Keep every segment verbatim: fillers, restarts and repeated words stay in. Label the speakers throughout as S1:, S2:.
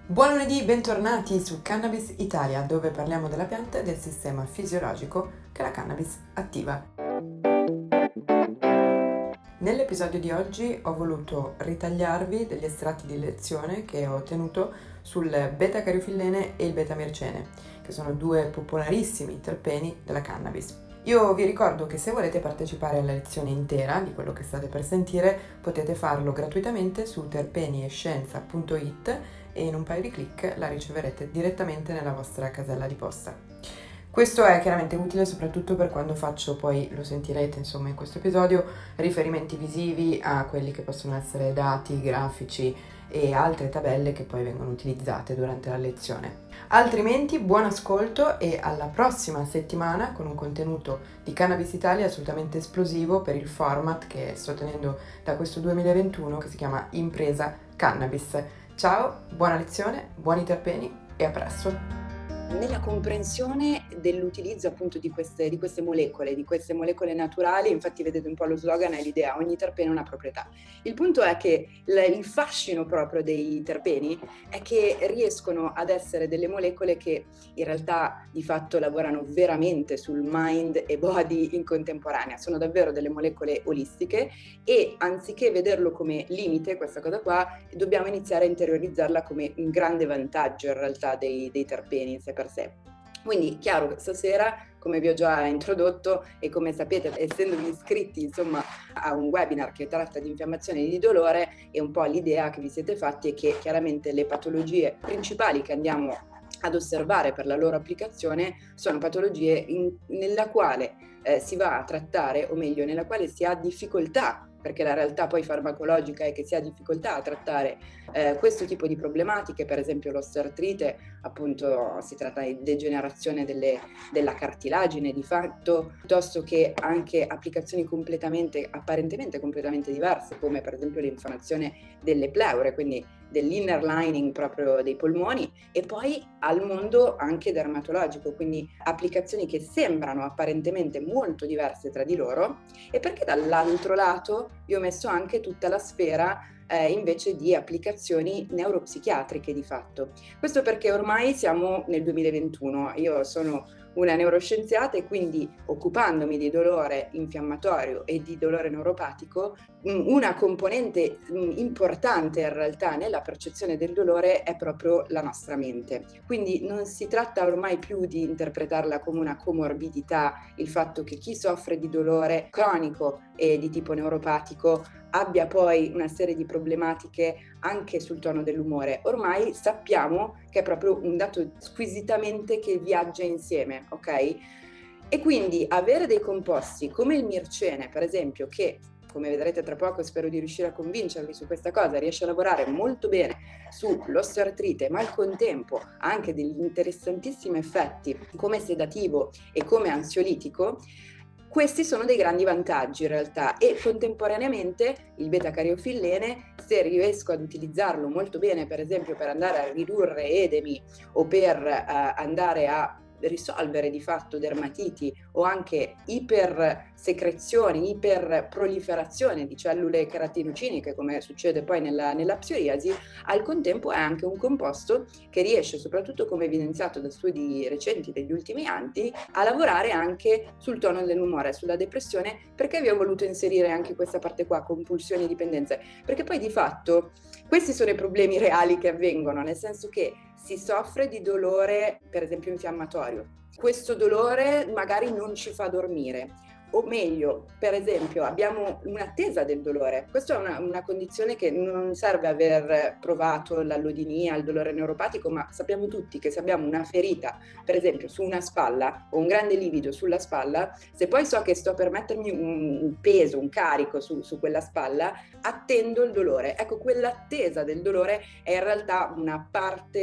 S1: Buon lunedì, bentornati su Cannabis Italia, dove parliamo della pianta e del sistema fisiologico che la cannabis attiva. Nell'episodio di oggi ho voluto ritagliarvi degli estratti di lezione che ho ottenuto sul beta-cariofillene e il beta-mircene, che sono due popolarissimi terpeni della cannabis. Io vi ricordo che se volete partecipare alla lezione intera di quello che state per sentire, potete farlo gratuitamente su terpeniescienza punto it e in un paio di clic la riceverete direttamente nella vostra casella di posta. Questo è chiaramente utile soprattutto per quando faccio, poi lo sentirete insomma in questo episodio, riferimenti visivi a quelli che possono essere dati, grafici e altre tabelle che poi vengono utilizzate durante la lezione. Altrimenti buon ascolto e alla prossima settimana con un contenuto di Cannabis Italia assolutamente esplosivo per il format che sto tenendo da questo duemilaventuno che si chiama Impresa Cannabis. Ciao, buona lezione, buoni terpeni e a presto!
S2: Nella comprensione dell'utilizzo appunto di queste, di queste molecole, di queste molecole naturali, infatti vedete un po' lo slogan è l'idea, ogni terpene ha una proprietà. Il punto è che il fascino proprio dei terpeni è che riescono ad essere delle molecole che in realtà di fatto lavorano veramente sul mind e body in contemporanea, sono davvero delle molecole olistiche e anziché vederlo come limite, questa cosa qua, dobbiamo iniziare a interiorizzarla come un grande vantaggio in realtà dei, dei terpeni in sé per sé. Quindi chiaro, stasera, come vi ho già introdotto e come sapete, essendovi iscritti insomma a un webinar che tratta di infiammazione e di dolore, e un po' l'idea che vi siete fatti è che chiaramente le patologie principali che andiamo ad osservare per la loro applicazione sono patologie in, nella quale eh, si va a trattare, o meglio, nella quale si ha difficoltà, perché la realtà poi farmacologica è che si ha difficoltà a trattare eh, questo tipo di problematiche, per esempio l'osteoartrite, appunto si tratta di degenerazione delle, della cartilagine di fatto, piuttosto che anche applicazioni completamente, apparentemente completamente diverse, come per esempio l'infiammazione delle pleure, quindi dell'inner lining proprio dei polmoni, e poi al mondo anche dermatologico, quindi applicazioni che sembrano apparentemente molto diverse tra di loro, e perché dall'altro lato vi ho messo anche tutta la sfera eh, invece di applicazioni neuropsichiatriche di fatto. Questo perché ormai siamo nel duemilaventuno, io sono una neuroscienziata e quindi occupandomi di dolore infiammatorio e di dolore neuropatico, una componente importante in realtà nella percezione del dolore è proprio la nostra mente. Quindi non si tratta ormai più di interpretarla come una comorbidità, il fatto che chi soffre di dolore cronico e di tipo neuropatico abbia poi una serie di problematiche anche sul tono dell'umore. Ormai sappiamo che è proprio un dato squisitamente che viaggia insieme, ok? E quindi avere dei composti come il mircene, per esempio, che come vedrete tra poco, spero di riuscire a convincervi su questa cosa, riesce a lavorare molto bene sull'osteoartrite, ma al contempo ha anche degli interessantissimi effetti come sedativo e come ansiolitico. Questi sono dei grandi vantaggi in realtà, e contemporaneamente il beta-cariofillene, se riesco ad utilizzarlo molto bene, per esempio per andare a ridurre edemi o per eh, andare a risolvere di fatto dermatiti o anche ipersecrezioni, iperproliferazione di cellule keratinociniche, come succede poi nella, nella psoriasi, al contempo è anche un composto che riesce, soprattutto come evidenziato da studi recenti degli ultimi anni, a lavorare anche sul tono dell'umore, sulla depressione. Perché vi ho voluto inserire anche questa parte qua, compulsioni e dipendenze? Perché poi di fatto questi sono i problemi reali che avvengono, nel senso che si soffre di dolore, per esempio infiammatorio. Questo dolore magari non ci fa dormire, o meglio, per esempio, abbiamo un'attesa del dolore. Questa è una, una condizione che non serve aver provato l'allodinia, il dolore neuropatico, ma sappiamo tutti che se abbiamo una ferita, per esempio su una spalla o un grande livido sulla spalla, se poi so che sto per mettermi un, un peso, un carico su, su quella spalla, attendo il dolore. Ecco, quell'attesa del dolore è in realtà una parte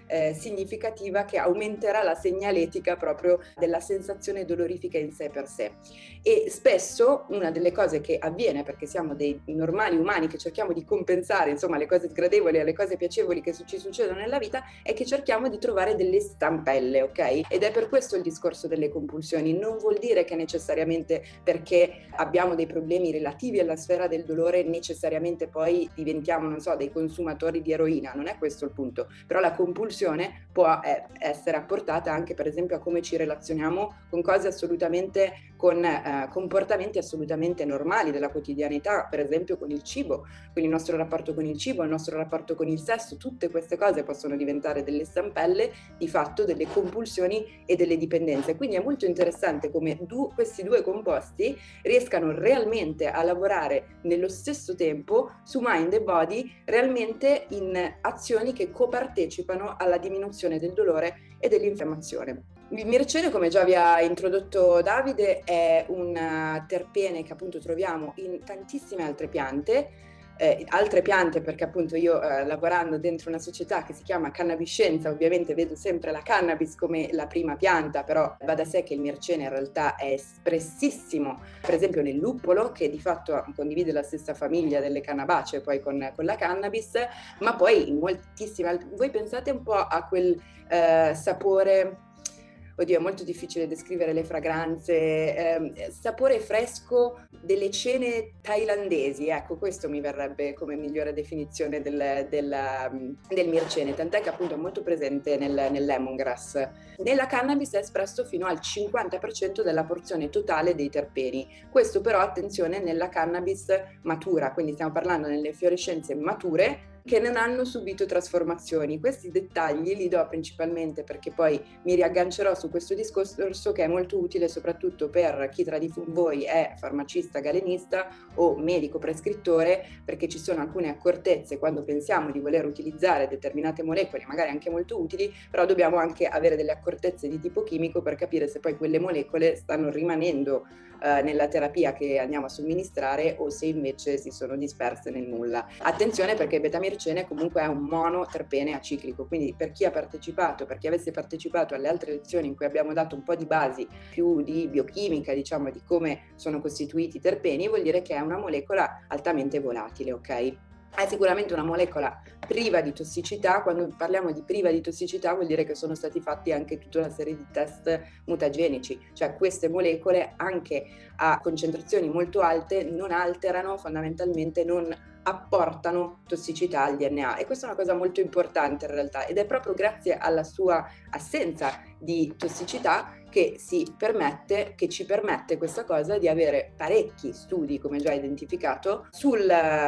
S2: eh, significativa che aumenterà la segnaletica proprio della sensazione dolorifica in sé per sé. E spesso una delle cose che avviene, perché siamo dei normali umani che cerchiamo di compensare insomma le cose sgradevoli alle cose piacevoli che ci succedono nella vita, è che cerchiamo di trovare delle stampelle, ok? Ed è per questo il discorso delle compulsioni. Non vuol dire che necessariamente perché abbiamo dei problemi relativi alla sfera del dolore necessariamente poi diventiamo, non so, dei consumatori di eroina, non è questo il punto. Però la compulsione può eh, essere apportata anche per esempio a come ci relazioniamo con cose assolutamente, con eh, comportamenti assolutamente normali della quotidianità, per esempio con il cibo, quindi il nostro rapporto con il cibo, il nostro rapporto con il sesso. Tutte queste cose possono diventare delle stampelle, di fatto delle compulsioni e delle dipendenze. Quindi è molto interessante come du- questi due composti riescano realmente a lavorare nello stesso tempo su mind e body, realmente in azioni che copartecipano alla diminuzione del dolore e dell'infiammazione. Il mircene, come già vi ha introdotto Davide, è un terpene che appunto troviamo in tantissime altre piante, eh, altre piante perché appunto io eh, lavorando dentro una società che si chiama Cannabiscienza, ovviamente vedo sempre la cannabis come la prima pianta, però va da sé che il mircene in realtà è espressissimo, per esempio nel luppolo, che di fatto condivide la stessa famiglia delle cannabacee poi con, con la cannabis, ma poi in moltissime altre. Voi pensate un po' a quel eh, sapore... Oddio, è molto difficile descrivere le fragranze, eh, sapore fresco delle cene thailandesi, ecco, questo mi verrebbe come migliore definizione del, del, del mircene, tant'è che appunto è molto presente nel, nel lemongrass. Nella cannabis è espresso fino al cinquanta per cento della porzione totale dei terpeni, questo però attenzione nella cannabis matura, quindi stiamo parlando nelle fiorescenze mature, che non hanno subito trasformazioni. Questi dettagli li do principalmente perché poi mi riaggancerò su questo discorso che è molto utile soprattutto per chi tra di voi è farmacista, galenista o medico prescrittore, perché ci sono alcune accortezze quando pensiamo di voler utilizzare determinate molecole, magari anche molto utili, però dobbiamo anche avere delle accortezze di tipo chimico per capire se poi quelle molecole stanno rimanendo eh, nella terapia che andiamo a somministrare o se invece si sono disperse nel nulla. Attenzione perché il betamircene comunque è un monoterpene aciclico, quindi per chi ha partecipato, per chi avesse partecipato alle altre lezioni in cui abbiamo dato un po' di basi più di biochimica, diciamo, di come sono costituiti i terpeni, vuol dire che è una molecola altamente volatile, ok? È sicuramente una molecola priva di tossicità. Quando parliamo di priva di tossicità vuol dire che sono stati fatti anche tutta una serie di test mutagenici, cioè queste molecole anche a concentrazioni molto alte non alterano, fondamentalmente non apportano tossicità al D N A, e questa è una cosa molto importante in realtà, ed è proprio grazie alla sua assenza di tossicità che si permette, che ci permette questa cosa di avere parecchi studi, come già identificato, sul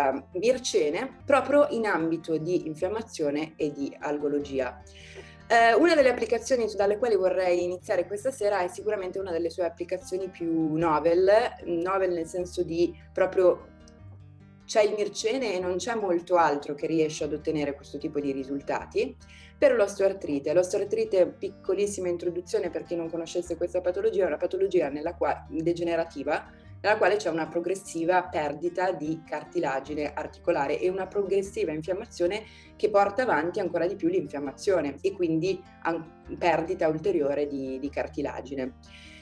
S2: mircene proprio in ambito di infiammazione e di algologia. Eh, una delle applicazioni dalle quali vorrei iniziare questa sera è sicuramente una delle sue applicazioni più novel, novel nel senso di proprio c'è il mircene e non c'è molto altro che riesce ad ottenere questo tipo di risultati. Per l'osteoartrite, l'osteoartrite, piccolissima introduzione per chi non conoscesse questa patologia, è una patologia nella quale, degenerativa, nella quale c'è una progressiva perdita di cartilagine articolare e una progressiva infiammazione che porta avanti ancora di più l'infiammazione e quindi a perdita ulteriore di, di cartilagine.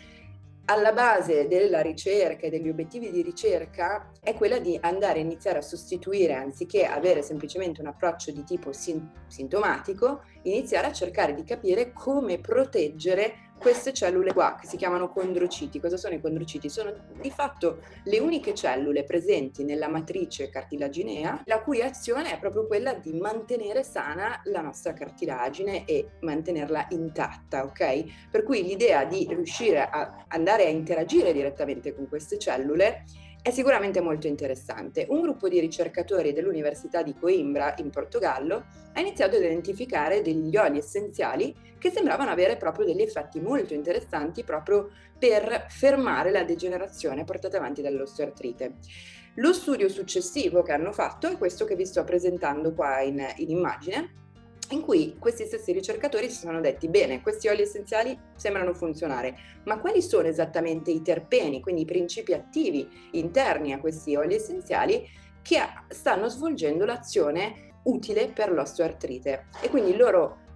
S2: Alla base della ricerca e degli obiettivi di ricerca è quella di andare a iniziare a sostituire, anziché avere semplicemente un approccio di tipo sin- sintomatico, iniziare a cercare di capire come proteggere queste cellule qua, che si chiamano condrociti. Cosa sono i condrociti? Sono di fatto le uniche cellule presenti nella matrice cartilaginea, la cui azione è proprio quella di mantenere sana la nostra cartilagine e mantenerla intatta, ok? Per cui l'idea di riuscire a andare a interagire direttamente con queste cellule è sicuramente molto interessante. Un gruppo di ricercatori dell'Università di Coimbra in Portogallo ha iniziato ad identificare degli oli essenziali che sembravano avere proprio degli effetti molto interessanti proprio per fermare la degenerazione portata avanti dall'osteoartrite. Lo studio successivo che hanno fatto è questo che vi sto presentando qua in, in immagine, in cui questi stessi ricercatori si sono detti: bene, questi oli essenziali sembrano funzionare, ma quali sono esattamente i terpeni, quindi i principi attivi interni a questi oli essenziali che stanno svolgendo l'azione utile per l'osteoartrite? E quindi loro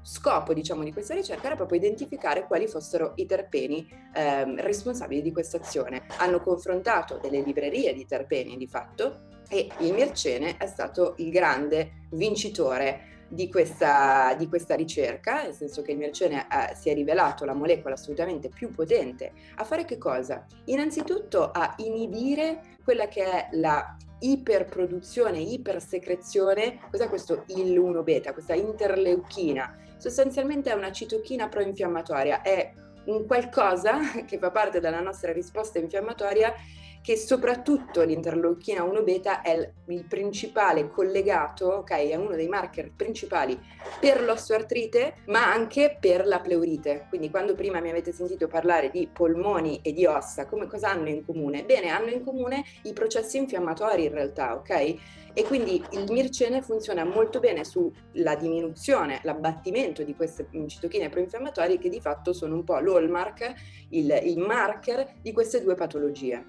S2: scopo, diciamo, di questa ricerca era proprio identificare quali fossero i terpeni ehm, responsabili di questa azione. Hanno confrontato delle librerie di terpeni di fatto, e il mircene è stato il grande vincitore di questa, di questa ricerca, nel senso che il mircene eh, si è rivelato la molecola assolutamente più potente a fare che cosa? Innanzitutto a inibire quella che è la iperproduzione, ipersecrezione. Cos'è questo I L uno beta, questa interleuchina? Sostanzialmente è una citochina proinfiammatoria, è un qualcosa che fa parte della nostra risposta infiammatoria, che soprattutto l'interleuchina uno beta è il principale collegato, ok, è uno dei marker principali per l'osteoartrite, ma anche per la pleurite. Quindi quando prima mi avete sentito parlare di polmoni e di ossa, come cosa hanno in comune? Bene, hanno in comune i processi infiammatori in realtà, ok? E quindi il mircene funziona molto bene sulla diminuzione, l'abbattimento di queste citochine proinfiammatorie, che di fatto sono un po' l'hallmark, il, il marker di queste due patologie.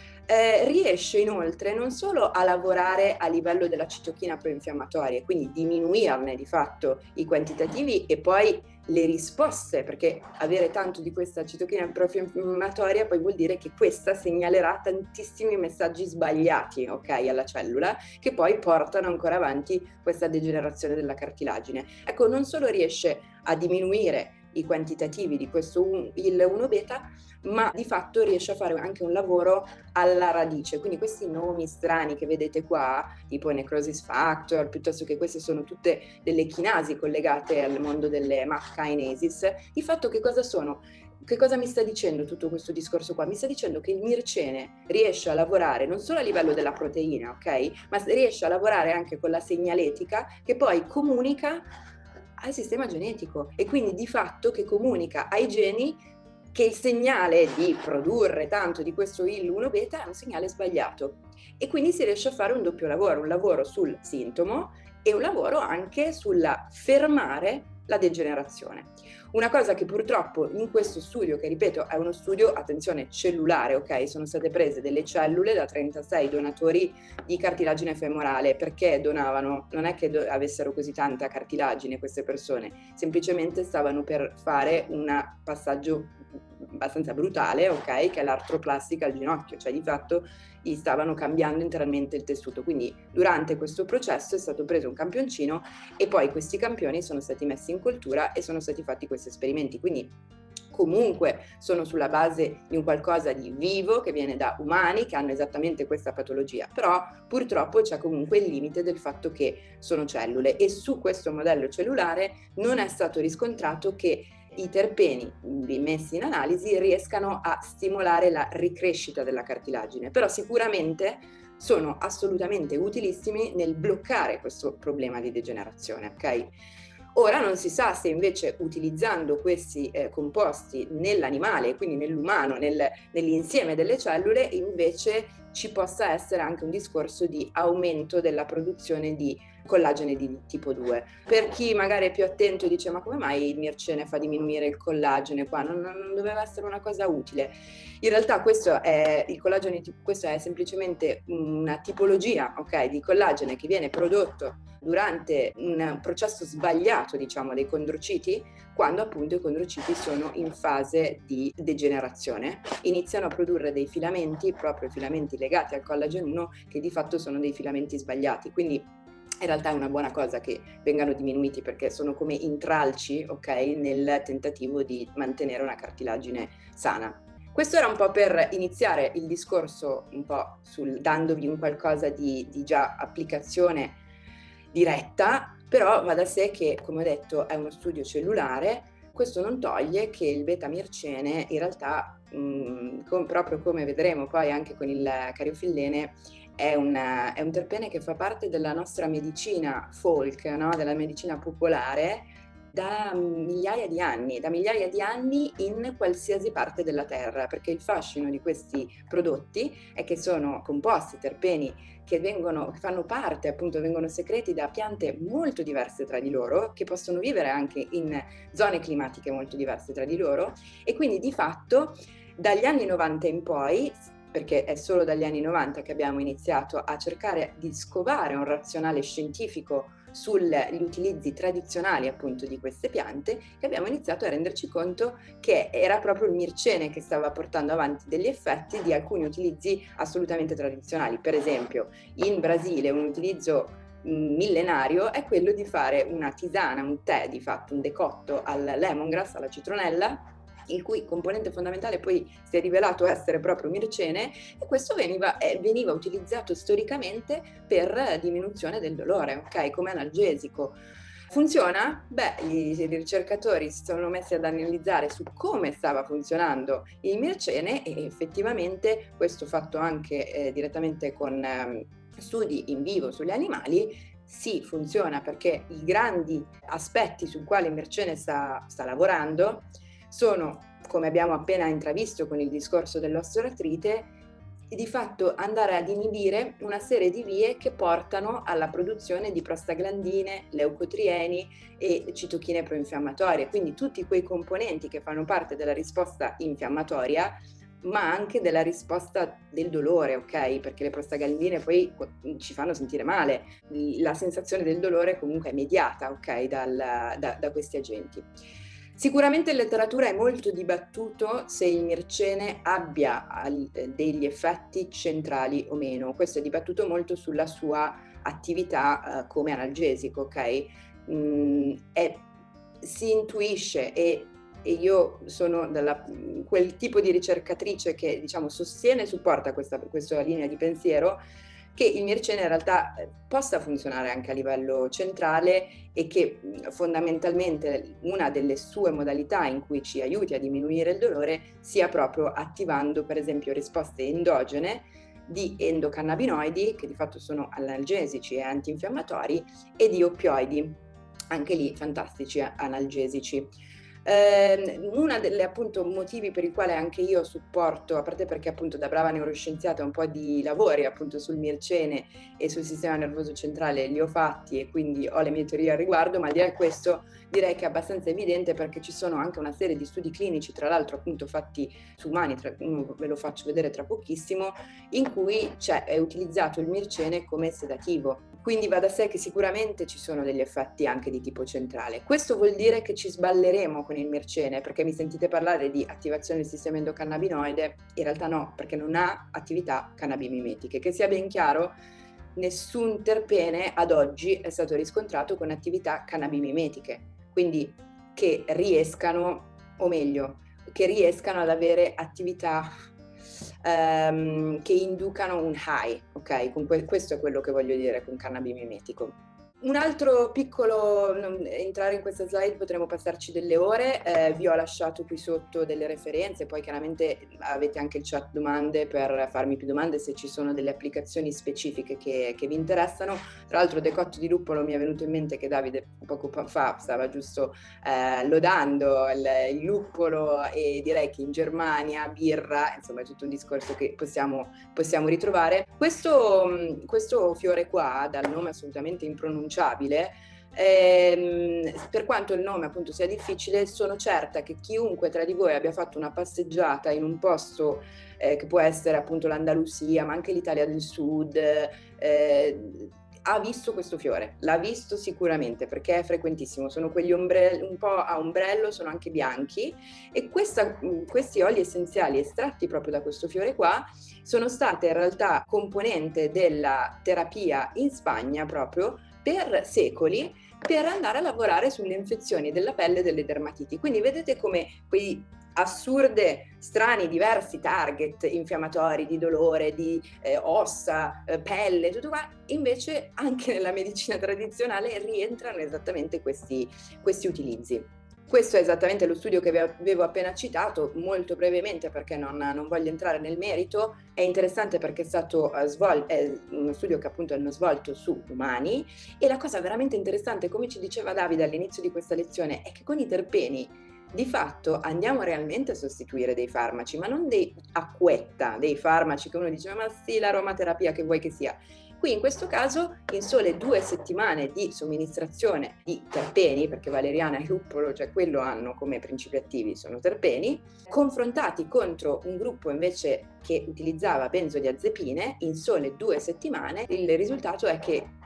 S2: Eh, riesce inoltre non solo a lavorare a livello della citochina proinfiammatoria, quindi diminuirne di fatto i quantitativi e poi le risposte, perché avere tanto di questa citochina proinfiammatoria poi vuol dire che questa segnalerà tantissimi messaggi sbagliati, ok, alla cellula, che poi portano ancora avanti questa degenerazione della cartilagine. Ecco, non solo riesce a diminuire i quantitativi di questo I L uno beta, ma di fatto riesce a fare anche un lavoro alla radice. Quindi questi nomi strani che vedete qua, tipo necrosis factor, piuttosto che queste sono tutte delle chinasi collegate al mondo delle M A P kinases, di fatto che cosa sono? Che cosa mi sta dicendo tutto questo discorso qua? Mi sta dicendo che il mircene riesce a lavorare non solo a livello della proteina, ok? Ma riesce a lavorare anche con la segnaletica, che poi comunica al sistema genetico, e quindi di fatto che comunica ai geni che il segnale di produrre tanto di questo I L uno beta è un segnale sbagliato, e quindi si riesce a fare un doppio lavoro, un lavoro sul sintomo e un lavoro anche sulla fermare la degenerazione. Una cosa che purtroppo in questo studio, che ripeto è uno studio, attenzione, cellulare, ok? Sono state prese delle cellule da trentasei donatori di cartilagine femorale. Perché donavano? Non è che do- avessero così tanta cartilagine queste persone, semplicemente stavano per fare un passaggio abbastanza brutale, ok? Che è l'artroplastica al ginocchio, cioè di fatto gli stavano cambiando interamente il tessuto. Quindi durante questo processo è stato preso un campioncino e poi questi campioni sono stati messi in coltura e sono stati fatti questi esperimenti. Quindi comunque sono sulla base di un qualcosa di vivo che viene da umani che hanno esattamente questa patologia, però purtroppo c'è comunque il limite del fatto che sono cellule, e su questo modello cellulare non è stato riscontrato che i terpeni messi in analisi riescano a stimolare la ricrescita della cartilagine, però sicuramente sono assolutamente utilissimi nel bloccare questo problema di degenerazione, ok? Ora non si sa se invece utilizzando questi eh, composti nell'animale, quindi nell'umano, nel, nell'insieme delle cellule, invece ci possa essere anche un discorso di aumento della produzione di collagene di tipo due. Per chi magari è più attento e dice ma come mai il mircene fa diminuire il collagene qua? Non, non doveva essere una cosa utile. In realtà questo è, il collagene, questo è semplicemente una tipologia, ok, di collagene che viene prodotto durante un processo sbagliato, diciamo, dei condrociti, quando appunto i condrociti sono in fase di degenerazione. Iniziano a produrre dei filamenti, proprio filamenti legati al collagene uno, che di fatto sono dei filamenti sbagliati. Quindi in realtà è una buona cosa che vengano diminuiti, perché sono come intralci, ok, nel tentativo di mantenere una cartilagine sana. Questo era un po' per iniziare il discorso, un po' sul, dandovi un qualcosa di, di già applicazione diretta, però va da sé che, come ho detto, è uno studio cellulare. Questo non toglie che il beta-mircene in realtà, mh, com- proprio come vedremo poi anche con il cariofillene, è, una, è un terpene che fa parte della nostra medicina folk, no? Della medicina popolare, da migliaia di anni, da migliaia di anni in qualsiasi parte della terra, perché il fascino di questi prodotti è che sono composti, terpeni, che vengono, che fanno parte, appunto, vengono secreti da piante molto diverse tra di loro, che possono vivere anche in zone climatiche molto diverse tra di loro, e quindi di fatto dagli anni novanta in poi, perché è solo dagli anni novanta che abbiamo iniziato a cercare di scovare un razionale scientifico sugli utilizzi tradizionali appunto di queste piante, che abbiamo iniziato a renderci conto che era proprio il mircene che stava portando avanti degli effetti di alcuni utilizzi assolutamente tradizionali. Per esempio, in Brasile un utilizzo millenario è quello di fare una tisana, un tè, di fatto un decotto al lemongrass, alla citronella, il cui componente fondamentale poi si è rivelato essere proprio mircene, e questo veniva, eh, veniva utilizzato storicamente per diminuzione del dolore, ok? Come analgesico. Funziona? Beh, i, i ricercatori si sono messi ad analizzare su come stava funzionando il mircene, e effettivamente questo fatto anche eh, direttamente con eh, studi in vivo sugli animali, sì, funziona, perché i grandi aspetti sul quale il mircene sta, sta lavorando sono, come abbiamo appena intravisto con il discorso dell'osteoartrite, di fatto andare ad inibire una serie di vie che portano alla produzione di prostaglandine, leucotrieni e citochine proinfiammatorie, quindi tutti quei componenti che fanno parte della risposta infiammatoria, ma anche della risposta del dolore, ok? Perché le prostaglandine poi ci fanno sentire male, la sensazione del dolore comunque è mediata, ok? Dal, da, da questi agenti. Sicuramente in letteratura è molto dibattuto se il mircene abbia degli effetti centrali o meno. Questo è dibattuto molto sulla sua attività uh, come analgesico, ok? Mm, è, si intuisce, e, e io sono della, quel tipo di ricercatrice che, diciamo, sostiene e supporta questa, questa linea di pensiero, che il mircene in realtà possa funzionare anche a livello centrale, e che fondamentalmente una delle sue modalità in cui ci aiuti a diminuire il dolore sia proprio attivando per esempio risposte endogene di endocannabinoidi, che di fatto sono analgesici e antinfiammatori, e di oppioidi, anche lì fantastici analgesici. Eh, una delle appunto motivi per il quale anche io supporto, a parte perché appunto da brava neuroscienziata un po' di lavori appunto sul mircene e sul sistema nervoso centrale li ho fatti, e quindi ho le mie teorie al riguardo, ma al di là di questo direi che è abbastanza evidente, perché ci sono anche una serie di studi clinici, tra l'altro appunto fatti su umani, tra, ve lo faccio vedere tra pochissimo, in cui c'è, è utilizzato il mircene come sedativo. Quindi va da sé che sicuramente ci sono degli effetti anche di tipo centrale. Questo vuol dire che ci sballeremo con il mircene, perché mi sentite parlare di attivazione del sistema endocannabinoide, in realtà no, perché non ha attività cannabimimetiche. Che sia ben chiaro, nessun terpene ad oggi è stato riscontrato con attività cannabimimetiche, quindi che riescano, o meglio, che riescano ad avere attività Um, che inducano un high, ok? Con que- questo è quello che voglio dire con cannabimimetico. Un altro piccolo, non, entrare in questa slide potremo passarci delle ore, eh, vi ho lasciato qui sotto delle referenze, poi chiaramente avete anche il chat domande per farmi più domande se ci sono delle applicazioni specifiche che, che vi interessano. Tra l'altro decotto di luppolo, mi è venuto in mente che Davide poco fa stava giusto eh, lodando il, il luppolo, e direi che in Germania birra, insomma è tutto un discorso che possiamo, possiamo ritrovare. Questo, questo fiore qua, dal nome assolutamente impronunciabile, Ehm, per quanto il nome appunto sia difficile, sono certa che chiunque tra di voi abbia fatto una passeggiata in un posto eh, che può essere appunto l'Andalusia, ma anche l'Italia del Sud, eh, ha visto questo fiore, l'ha visto sicuramente, perché è frequentissimo. Sono quegli ombrelli un po' a ombrello, sono anche bianchi, e questa, questi oli essenziali estratti proprio da questo fiore qua sono state in realtà componente della terapia in Spagna proprio per secoli, per andare a lavorare sulle infezioni della pelle e delle dermatiti. Quindi vedete come quei assurde, strani, diversi target infiammatori di dolore, di eh, ossa, eh, pelle, tutto qua, invece anche nella medicina tradizionale rientrano esattamente questi, questi utilizzi. Questo è esattamente lo studio che vi avevo appena citato, molto brevemente perché non, non voglio entrare nel merito. È interessante perché è stato uh, svolto, è uno studio che appunto hanno svolto su umani, e la cosa veramente interessante, come ci diceva Davide all'inizio di questa lezione, è che con i terpeni di fatto andiamo realmente a sostituire dei farmaci, ma non dei acquetta, dei farmaci che uno dice ma sì, l'aromaterapia che vuoi che sia. Qui in questo caso, in sole due settimane di somministrazione di terpeni, perché valeriana e luppolo, cioè quello hanno come principi attivi, sono terpeni, confrontati contro un gruppo invece che utilizzava benzodiazepine, in sole due settimane il risultato è che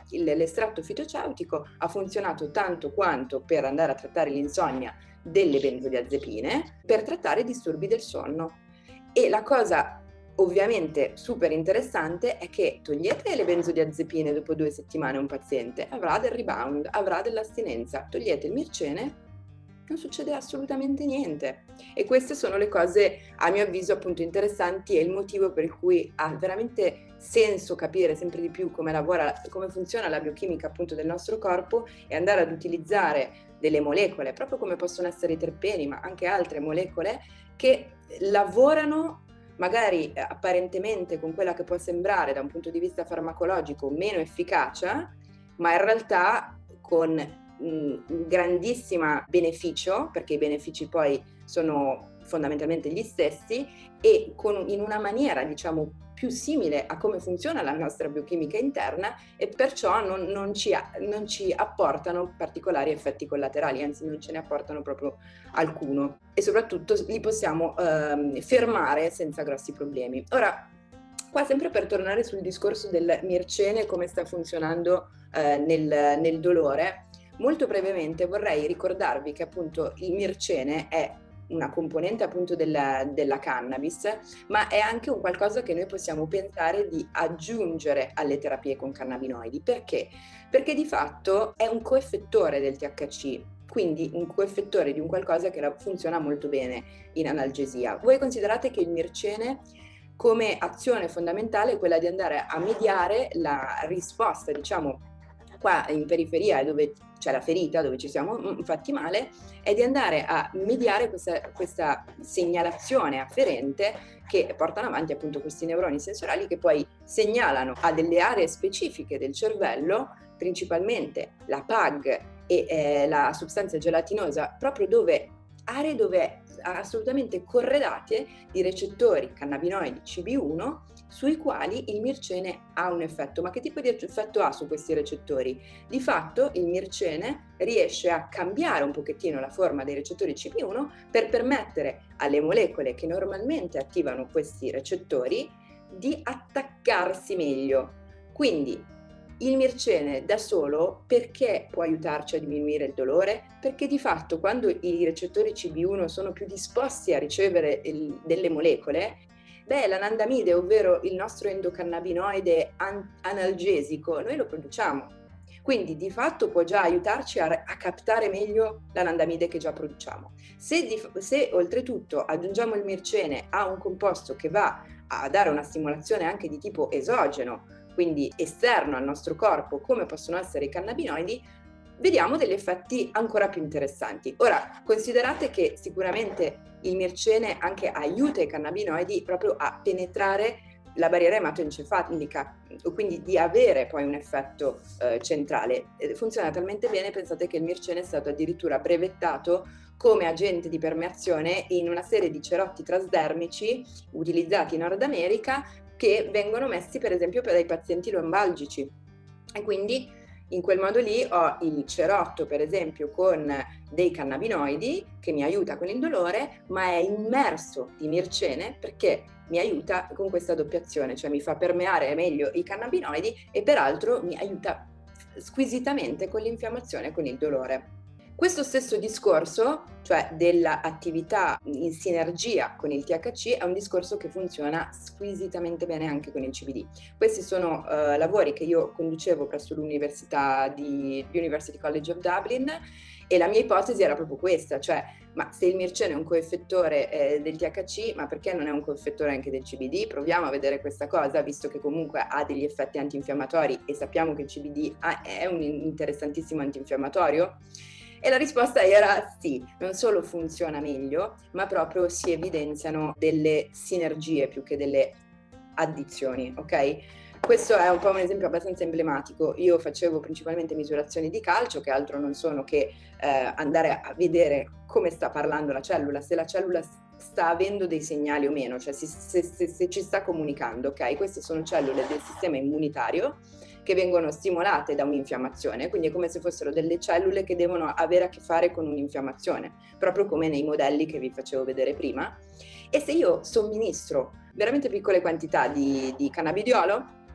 S2: il, l'estratto fitoceutico ha funzionato tanto quanto per andare a trattare l'insonnia delle benzodiazepine, per trattare i disturbi del sonno. E la cosa ovviamente super interessante è che togliete le benzodiazepine dopo due settimane a un paziente, avrà del rebound, avrà dell'astinenza. Togliete il mircene, non succede assolutamente niente. E queste sono le cose, a mio avviso, appunto interessanti, e il motivo per cui ha veramente senso capire sempre di più come lavora, come funziona la biochimica appunto del nostro corpo, e andare ad utilizzare delle molecole, proprio come possono essere i terpeni, ma anche altre molecole, che lavorano magari eh, apparentemente con quella che può sembrare da un punto di vista farmacologico meno efficacia, ma in realtà con un grandissimo beneficio, perché i benefici poi sono fondamentalmente gli stessi, e con, in una maniera diciamo più simile a come funziona la nostra biochimica interna, e perciò non, non, ci, non ci apportano particolari effetti collaterali, anzi non ce ne apportano proprio alcuno, e soprattutto li possiamo ehm, fermare senza grossi problemi. Ora, qua sempre per tornare sul discorso del mircene, come sta funzionando eh, nel, nel dolore, molto brevemente vorrei ricordarvi che appunto il mircene è una componente appunto della, della cannabis, ma è anche un qualcosa che noi possiamo pensare di aggiungere alle terapie con cannabinoidi. Perché? Perché di fatto è un coeffettore del T H C, quindi un coeffettore di un qualcosa che funziona molto bene in analgesia. Voi considerate che il mircene come azione fondamentale è quella di andare a mediare la risposta, diciamo, qua in periferia, dove c'è la ferita, dove ci siamo fatti male, è di andare a mediare questa, questa segnalazione afferente che portano avanti appunto questi neuroni sensoriali, che poi segnalano a delle aree specifiche del cervello, principalmente la P A G e eh, la sostanza gelatinosa, proprio dove aree dove assolutamente corredate di recettori cannabinoidi C B uno, sui quali il mircene ha un effetto. Ma che tipo di effetto ha su questi recettori? Di fatto il mircene riesce a cambiare un pochettino la forma dei recettori C B uno per permettere alle molecole che normalmente attivano questi recettori di attaccarsi meglio. Quindi il mircene da solo perché può aiutarci a diminuire il dolore? Perché di fatto quando i recettori C B uno sono più disposti a ricevere il, delle molecole, beh, l'anandamide, ovvero il nostro endocannabinoide an- analgesico, noi lo produciamo. Quindi di fatto può già aiutarci a, a captare meglio l'anandamide che già produciamo. Se, di, se oltretutto aggiungiamo il mircene a un composto che va a dare una stimolazione anche di tipo esogeno, quindi esterno al nostro corpo, come possono essere i cannabinoidi, vediamo degli effetti ancora più interessanti. Ora, considerate che sicuramente il mircene anche aiuta i cannabinoidi proprio a penetrare la barriera ematoencefalica, quindi di avere poi un effetto eh, centrale. Funziona talmente bene, pensate che il mircene è stato addirittura brevettato come agente di permeazione in una serie di cerotti trasdermici utilizzati in Nord America, che vengono messi per esempio per dei pazienti lombalgici, e quindi in quel modo lì ho il cerotto per esempio con dei cannabinoidi che mi aiuta con il dolore, ma è immerso di mircene perché mi aiuta con questa doppia azione, cioè mi fa permeare meglio i cannabinoidi e peraltro mi aiuta squisitamente con l'infiammazione e con il dolore. Questo stesso discorso, cioè dell'attività in sinergia con il T H C, è un discorso che funziona squisitamente bene anche con il C B D. Questi sono uh, lavori che io conducevo presso l'università di University College of Dublin, e la mia ipotesi era proprio questa, cioè ma se il mircene è un coeffettore eh, del T H C, ma perché non è un coeffettore anche del C B D? Proviamo a vedere questa cosa, visto che comunque ha degli effetti antinfiammatori e sappiamo che il C B D ha, è un interessantissimo antinfiammatorio. E la risposta era sì, non solo funziona meglio, ma proprio si evidenziano delle sinergie più che delle addizioni, ok? Questo è un po' un esempio abbastanza emblematico. Io facevo principalmente misurazioni di calcio, che altro non sono che eh, andare a vedere come sta parlando la cellula, se la cellula sta avendo dei segnali o meno, cioè se, se, se, se ci sta comunicando, ok? Queste sono cellule del sistema immunitario che vengono stimolate da un'infiammazione, quindi è come se fossero delle cellule che devono avere a che fare con un'infiammazione, proprio come nei modelli che vi facevo vedere prima. E se io somministro veramente piccole quantità di, di cannabidiolo,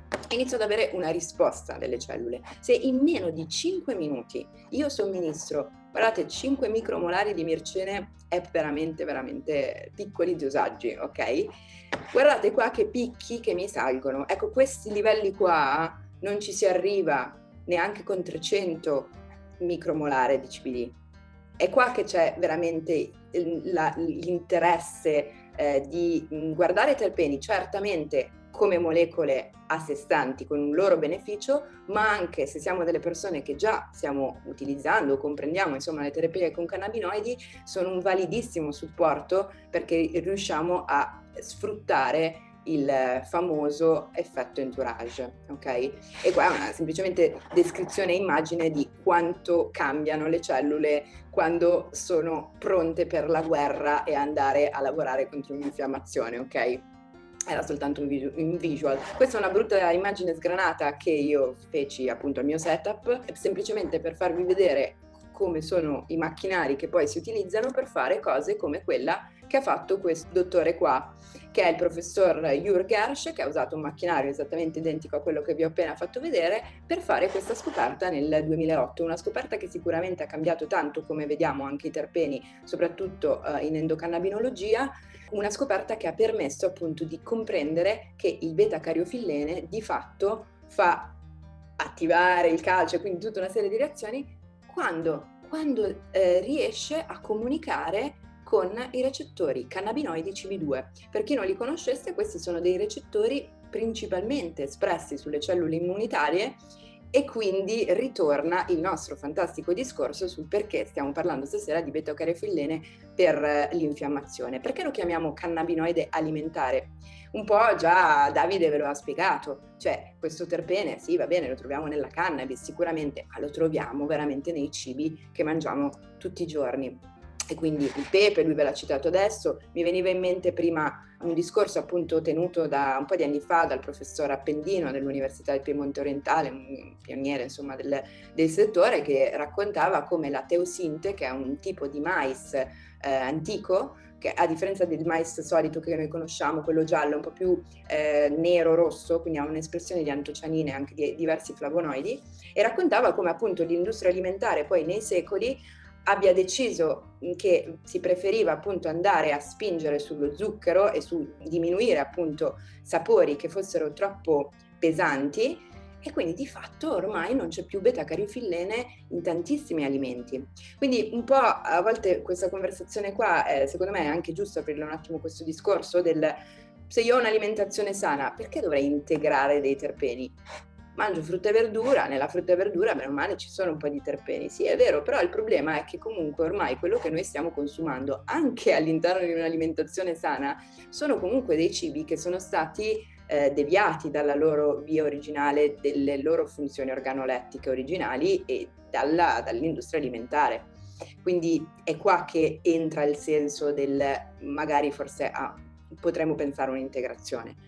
S2: inizio ad avere una risposta delle cellule. Se in meno di cinque minuti io somministro, guardate, cinque micromolari di mircene è veramente, veramente piccoli dosaggi, ok? Guardate qua che picchi che mi salgono. Ecco, questi livelli qua non ci si arriva neanche con trecento micromolari di C B D. È qua che c'è veramente la, l'interesse eh, di guardare i terpeni, certamente come molecole a sé stanti con un loro beneficio, ma anche se siamo delle persone che già stiamo utilizzando o comprendiamo insomma le terapie con cannabinoidi, sono un validissimo supporto perché riusciamo a sfruttare il famoso effetto entourage, ok? E qua è una semplicemente descrizione e immagine di quanto cambiano le cellule quando sono pronte per la guerra e andare a lavorare contro un'infiammazione, ok? Era soltanto un, visu- un visual. Questa è una brutta immagine sgranata che io feci appunto al mio setup, semplicemente per farvi vedere come sono i macchinari che poi si utilizzano per fare cose come quella che ha fatto questo dottore qua, che è il professor Jürg Gersch, che ha usato un macchinario esattamente identico a quello che vi ho appena fatto vedere per fare questa scoperta nel duemilaotto, una scoperta che sicuramente ha cambiato tanto, come vediamo, anche i terpeni, soprattutto uh, in endocannabinologia, una scoperta che ha permesso appunto di comprendere che il beta-cariofillene di fatto fa attivare il calcio, quindi tutta una serie di reazioni, quando, quando eh, riesce a comunicare con i recettori cannabinoidi C B due. Per chi non li conoscesse, questi sono dei recettori principalmente espressi sulle cellule immunitarie e quindi ritorna il nostro fantastico discorso sul perché stiamo parlando stasera di beta-cariofillene per l'infiammazione. Perché lo chiamiamo cannabinoide alimentare? Un po' già Davide ve lo ha spiegato, cioè questo terpene sì, va bene, lo troviamo nella cannabis sicuramente, ma lo troviamo veramente nei cibi che mangiamo tutti i giorni. E quindi il pepe, lui ve l'ha citato adesso, mi veniva in mente prima un discorso appunto tenuto da un po' di anni fa dal professor Appendino dell'Università del Piemonte Orientale, un pioniere insomma del, del settore, che raccontava come la teosinte, che è un tipo di mais eh, antico, che a differenza del mais solito che noi conosciamo, quello giallo, un po' più eh, nero-rosso, quindi ha un'espressione di antocianine e anche di diversi flavonoidi, e raccontava come appunto l'industria alimentare poi nei secoli abbia deciso che si preferiva appunto andare a spingere sullo zucchero e su diminuire appunto sapori che fossero troppo pesanti, e quindi di fatto ormai non c'è più beta-cariofillene in tantissimi alimenti. Quindi un po' a volte questa conversazione qua eh, secondo me è anche giusto aprire un attimo questo discorso del se io ho un'alimentazione sana, perché dovrei integrare dei terpeni? Mangio frutta e verdura, nella frutta e verdura bene o male ci sono un po' di terpeni, sì è vero, però il problema è che comunque ormai quello che noi stiamo consumando anche all'interno di un'alimentazione sana sono comunque dei cibi che sono stati eh, deviati dalla loro via originale, delle loro funzioni organolettiche originali e dalla, dall'industria alimentare. Quindi è qua che entra il senso del magari forse ah, potremmo pensare a un'integrazione.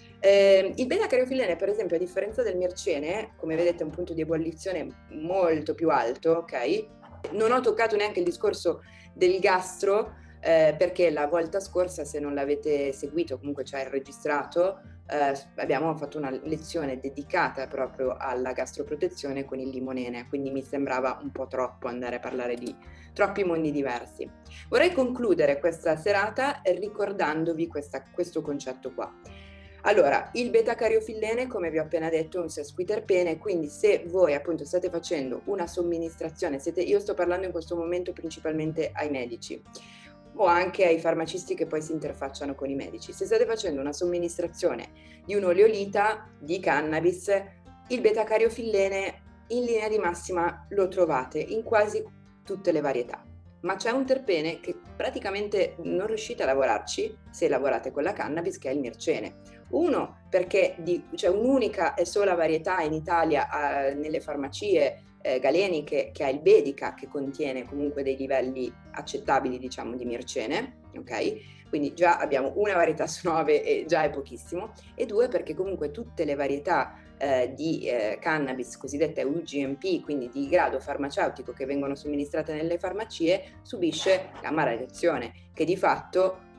S2: Eh, il beta-cariofillene, per esempio, a differenza del mircene, come vedete, ha un punto di ebollizione molto più alto, ok? Non ho toccato neanche il discorso del gastro, eh, perché la volta scorsa, se non l'avete seguito, comunque ci hai registrato, eh, abbiamo fatto una lezione dedicata proprio alla gastroprotezione con il limonene, quindi mi sembrava un po' troppo andare a parlare di troppi mondi diversi. Vorrei concludere questa serata ricordandovi questa, questo concetto qua. Allora, il beta-cariofillene, come vi ho appena detto, è un sesquiterpene, quindi se voi appunto state facendo una somministrazione, siete, io sto parlando in questo momento principalmente ai medici o anche ai farmacisti che poi si interfacciano con i medici, se state facendo una somministrazione di un oleolita di cannabis, il beta-cariofillene in linea di massima lo trovate in quasi tutte le varietà. Ma c'è un terpene che praticamente non riuscite a lavorarci se lavorate con la cannabis, che è il mircene. Uno, perché di, c'è un'unica e sola varietà in Italia eh, nelle farmacie eh, galeniche, che è il Bedica, che contiene comunque dei livelli accettabili, diciamo, di mircene, ok? Quindi già abbiamo una varietà su nove e già è pochissimo. E due, perché comunque tutte le varietà eh, di eh, cannabis cosiddette U G M P, quindi di grado farmaceutico, che vengono somministrate nelle farmacie, subisce la maledizione, che di fatto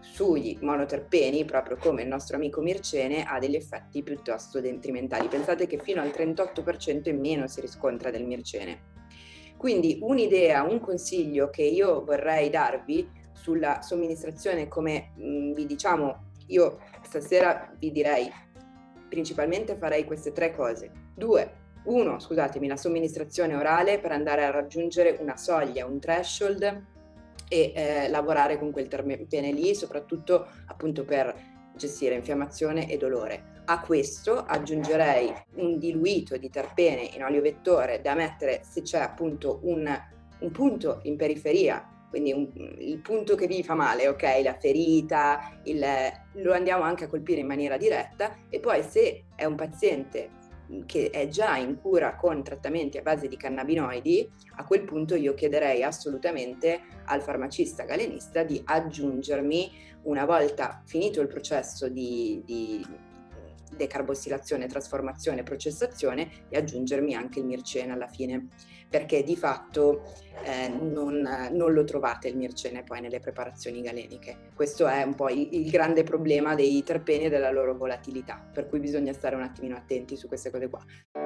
S2: sui monoterpeni, proprio come il nostro amico mircene, ha degli effetti piuttosto detrimentali. Pensate che fino al trentotto per cento in meno si riscontra del mircene. Quindi un'idea, un consiglio che io vorrei darvi sulla somministrazione, come mh, vi diciamo, io stasera vi direi principalmente farei queste tre cose. Due, uno, scusatemi, la somministrazione orale per andare a raggiungere una soglia, un threshold e eh, lavorare con quel terpene lì, soprattutto appunto per gestire infiammazione e dolore. A questo aggiungerei un diluito di terpene in olio vettore da mettere se c'è appunto un, un punto in periferia, quindi un, il punto che vi fa male, ok? La ferita, il, lo andiamo anche a colpire in maniera diretta, e poi se è un paziente che è già in cura con trattamenti a base di cannabinoidi, a quel punto io chiederei assolutamente al farmacista galenista di aggiungermi, una volta finito il processo di, di decarbossilazione, trasformazione, processazione, di aggiungermi anche il mircene alla fine, perché di fatto eh, non, non lo trovate il mircene poi nelle preparazioni galeniche. Questo è un po' il, il grande problema dei terpeni e della loro volatilità, per cui bisogna stare un attimino attenti su queste cose qua.